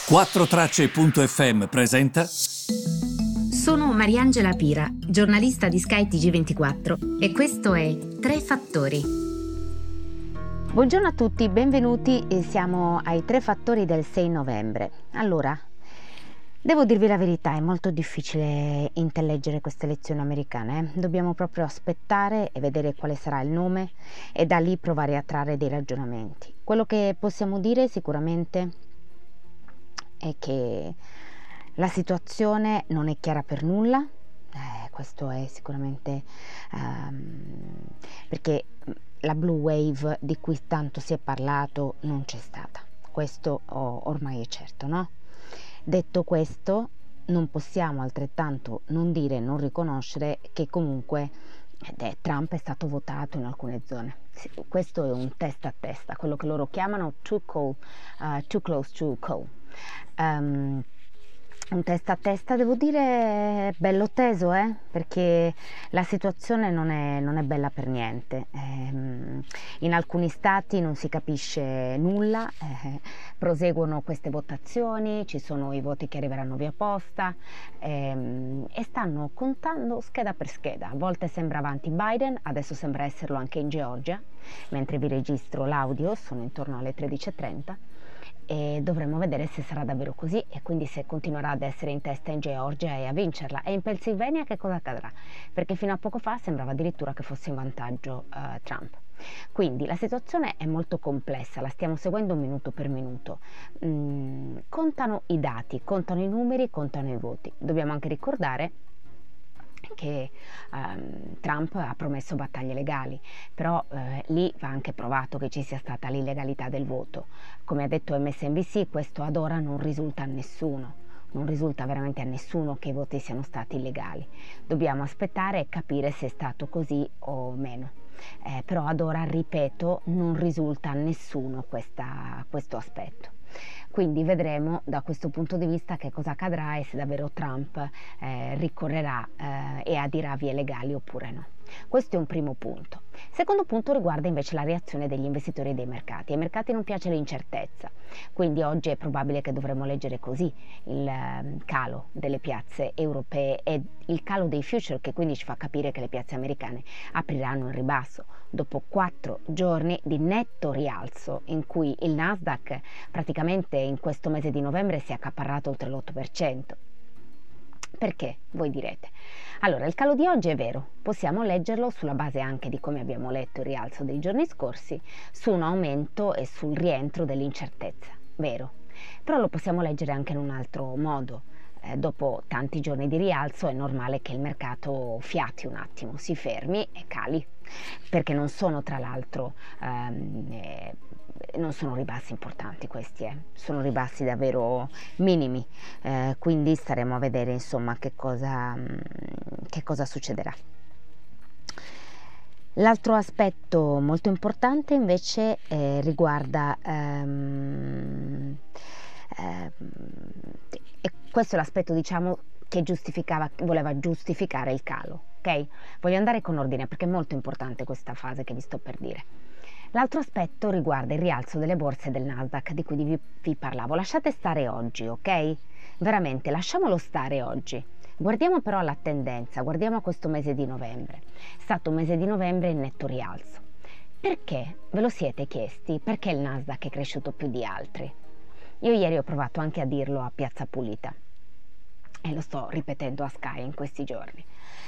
4Tracce.fm presenta. Sono Mariangela Pira, giornalista di Sky TG24 e questo è Tre Fattori. Buongiorno a tutti, benvenuti. Siamo ai Tre Fattori del 6 novembre. Allora, devo dirvi la verità, è molto difficile intelleggere queste elezioni americane. Dobbiamo proprio aspettare e vedere quale sarà il nome e da lì provare a trarre dei ragionamenti. Quello che possiamo dire sicuramente è che la situazione non è chiara per nulla, questo è sicuramente perché la blue wave di cui tanto si è parlato non c'è stata, questo ormai è certo, no? Detto questo, non possiamo altrettanto non dire, non riconoscere che comunque Trump è stato votato in alcune zone. Sì, questo è un testa a testa, quello che loro chiamano too close to call. Un testa a testa, devo dire, bello teso, perché la situazione non è bella per niente. In alcuni stati non si capisce nulla, proseguono queste votazioni, ci sono i voti che arriveranno via posta e stanno contando scheda per scheda. A volte sembra avanti Biden, adesso sembra esserlo anche in Georgia, mentre vi registro l'audio, sono intorno alle 13:30. E dovremo vedere se sarà davvero così e quindi se continuerà ad essere in testa in Georgia e a vincerla. E in Pennsylvania che cosa accadrà? Perché fino a poco fa sembrava addirittura che fosse in vantaggio Trump. Quindi la situazione è molto complessa, la stiamo seguendo minuto per minuto. Contano i dati, contano i numeri, contano i voti. Dobbiamo anche ricordare che Trump ha promesso battaglie legali, però lì va anche provato che ci sia stata l'illegalità del voto. Come ha detto MSNBC, questo ad ora non risulta a nessuno, non risulta veramente a nessuno che i voti siano stati illegali. Dobbiamo aspettare e capire se è stato così o meno. Però ad ora, ripeto, non risulta a nessuno questo aspetto. Quindi vedremo da questo punto di vista che cosa accadrà e se davvero Trump ricorrerà e adirà vie legali oppure no. Questo è un primo punto. Secondo punto riguarda invece la reazione degli investitori e dei mercati. Ai mercati non piace l'incertezza, quindi oggi è probabile che dovremo leggere così il calo delle piazze europee e il calo dei future, che quindi ci fa capire che le piazze americane apriranno in ribasso dopo 4 giorni di netto rialzo in cui il Nasdaq praticamente in questo mese di novembre si è accaparrato oltre l'8%. Perché? Voi direte. Allora, il calo di oggi è vero, possiamo leggerlo sulla base anche di come abbiamo letto il rialzo dei giorni scorsi, su un aumento e sul rientro dell'incertezza, vero. Però lo possiamo leggere anche in un altro modo. Dopo tanti giorni di rialzo è normale che il mercato fiati un attimo, si fermi e cali, perché non sono tra l'altro non sono ribassi importanti questi, sono ribassi davvero minimi, quindi staremo a vedere insomma che cosa succederà. L'altro aspetto molto importante invece riguarda e questo è l'aspetto, diciamo, che voleva giustificare il calo, ok? Voglio andare con ordine perché è molto importante questa fase che vi sto per dire. L'altro aspetto riguarda il rialzo delle borse del Nasdaq di cui vi parlavo. Lasciate stare oggi, ok? Veramente, lasciamolo stare oggi. Guardiamo però alla tendenza, guardiamo a questo mese di novembre. È stato un mese di novembre in netto rialzo. Perché? Ve lo siete chiesti? Perché il Nasdaq è cresciuto più di altri? Io ieri ho provato anche a dirlo a Piazza Pulita e lo sto ripetendo a Sky in questi giorni.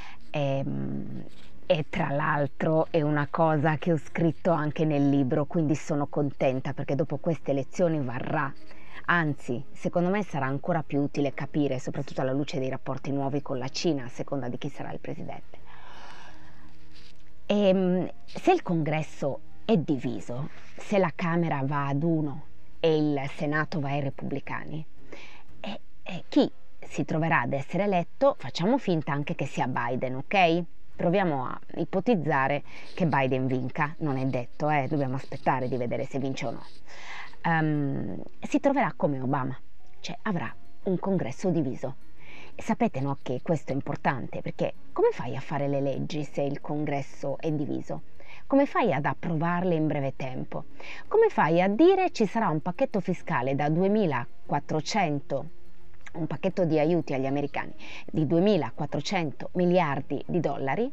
E tra l'altro è una cosa che ho scritto anche nel libro, quindi sono contenta perché dopo queste elezioni varrà, anzi secondo me sarà ancora più utile capire, soprattutto alla luce dei rapporti nuovi con la Cina, a seconda di chi sarà il presidente. Se il Congresso è diviso, se la Camera va ad uno e il Senato va ai repubblicani, chi si troverà ad essere eletto, facciamo finta anche che sia Biden, ok? Proviamo a ipotizzare che Biden vinca, non è detto, dobbiamo aspettare di vedere se vince o no. Si troverà come Obama, cioè avrà un congresso diviso. E sapete, no, che questo è importante, perché come fai a fare le leggi se il congresso è diviso? Come fai ad approvarle in breve tempo? Come fai a dire ci sarà un pacchetto fiscale da 2.400, un pacchetto di aiuti agli americani di 2.400 miliardi di dollari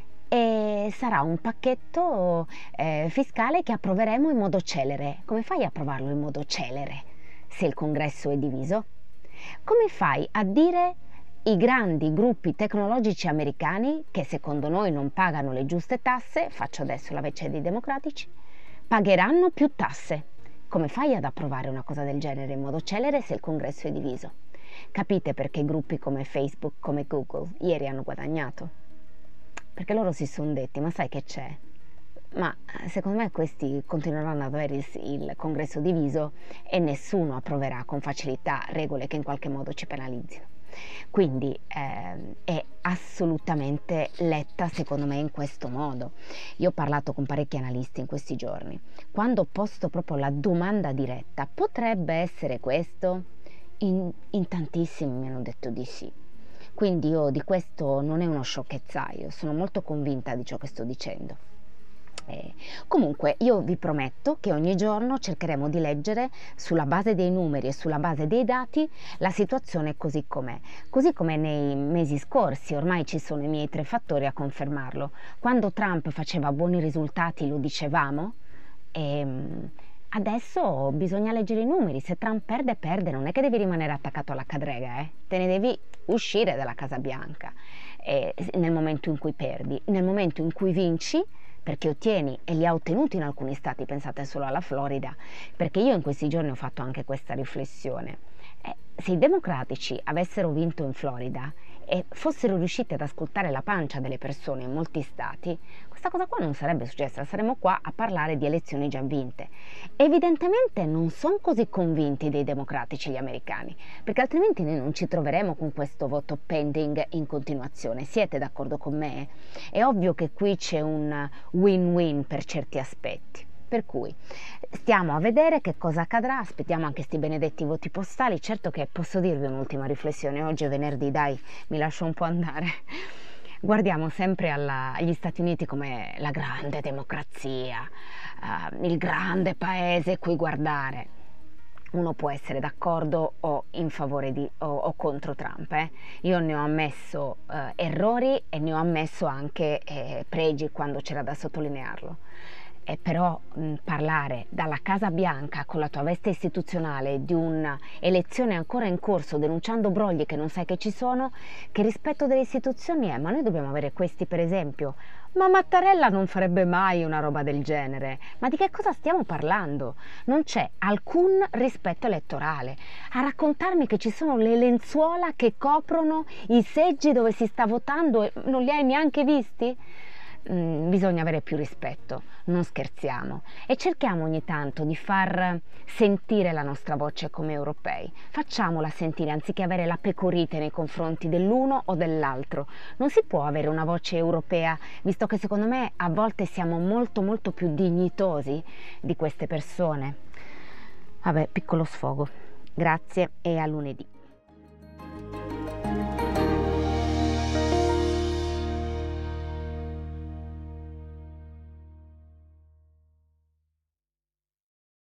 e sarà un pacchetto fiscale che approveremo in modo celere? Come fai a approvarlo in modo celere se il Congresso è diviso? Come fai a dire i grandi gruppi tecnologici americani, che secondo noi non pagano le giuste tasse, faccio adesso la vece dei democratici, pagheranno più tasse? Come fai ad approvare una cosa del genere in modo celere se il Congresso è diviso? Capite perché gruppi come Facebook, come Google, ieri hanno guadagnato? Perché loro si sono detti, ma sai che c'è? Ma secondo me questi continueranno ad avere il Congresso diviso e nessuno approverà con facilità regole che in qualche modo ci penalizzino. Quindi è assolutamente letta secondo me in questo modo. Io ho parlato con parecchi analisti in questi giorni. Quando ho posto proprio la domanda diretta, potrebbe essere questo? In tantissimi mi hanno detto di sì. Quindi io di questo non è uno sciocchezzaio, sono molto convinta di ciò che sto dicendo. Comunque io vi prometto che ogni giorno cercheremo di leggere sulla base dei numeri e sulla base dei dati la situazione così come nei mesi scorsi. Ormai ci sono i miei 3 fattori a confermarlo. Quando Trump faceva buoni risultati lo dicevamo, e adesso bisogna leggere i numeri. Se Trump perde, non è che devi rimanere attaccato alla cadrega, te ne devi uscire dalla Casa Bianca nel momento in cui perdi. Nel momento in cui vinci, perché ottieni, e li ha ottenuti in alcuni stati, pensate solo alla Florida, perché io in questi giorni ho fatto anche questa riflessione. Se i democratici avessero vinto in Florida e fossero riusciti ad ascoltare la pancia delle persone in molti stati, questa cosa qua non sarebbe successa, saremmo qua a parlare di elezioni già vinte. Evidentemente non sono così convinti dei democratici gli americani, perché altrimenti noi non ci troveremo con questo voto pending in continuazione. Siete d'accordo con me? È ovvio che qui c'è un win-win per certi aspetti. Per cui stiamo a vedere che cosa accadrà, aspettiamo anche sti benedetti voti postali. Certo che posso dirvi un'ultima riflessione, oggi è venerdì, dai, mi lascio un po' andare. Guardiamo sempre agli Stati Uniti come la grande democrazia, il grande paese cui guardare. Uno può essere d'accordo o in favore o contro Trump. Io ne ho ammesso errori e ne ho ammesso anche pregi quando c'era da sottolinearlo. Però parlare dalla Casa Bianca con la tua veste istituzionale di un'elezione ancora in corso, denunciando brogli che non sai che ci sono, che rispetto delle istituzioni è? Ma noi dobbiamo avere questi, per esempio. Ma Mattarella non farebbe mai una roba del genere. Ma di che cosa stiamo parlando? Non c'è alcun rispetto elettorale. A raccontarmi che ci sono le lenzuola che coprono i seggi dove si sta votando e non li hai neanche visti? Bisogna avere più rispetto, non scherziamo, e cerchiamo ogni tanto di far sentire la nostra voce come europei. Facciamola sentire anziché avere la pecorite nei confronti dell'uno o dell'altro. Non si può avere una voce europea, visto che secondo me a volte siamo molto molto più dignitosi di queste persone. Vabbè, piccolo sfogo. Grazie e a lunedì.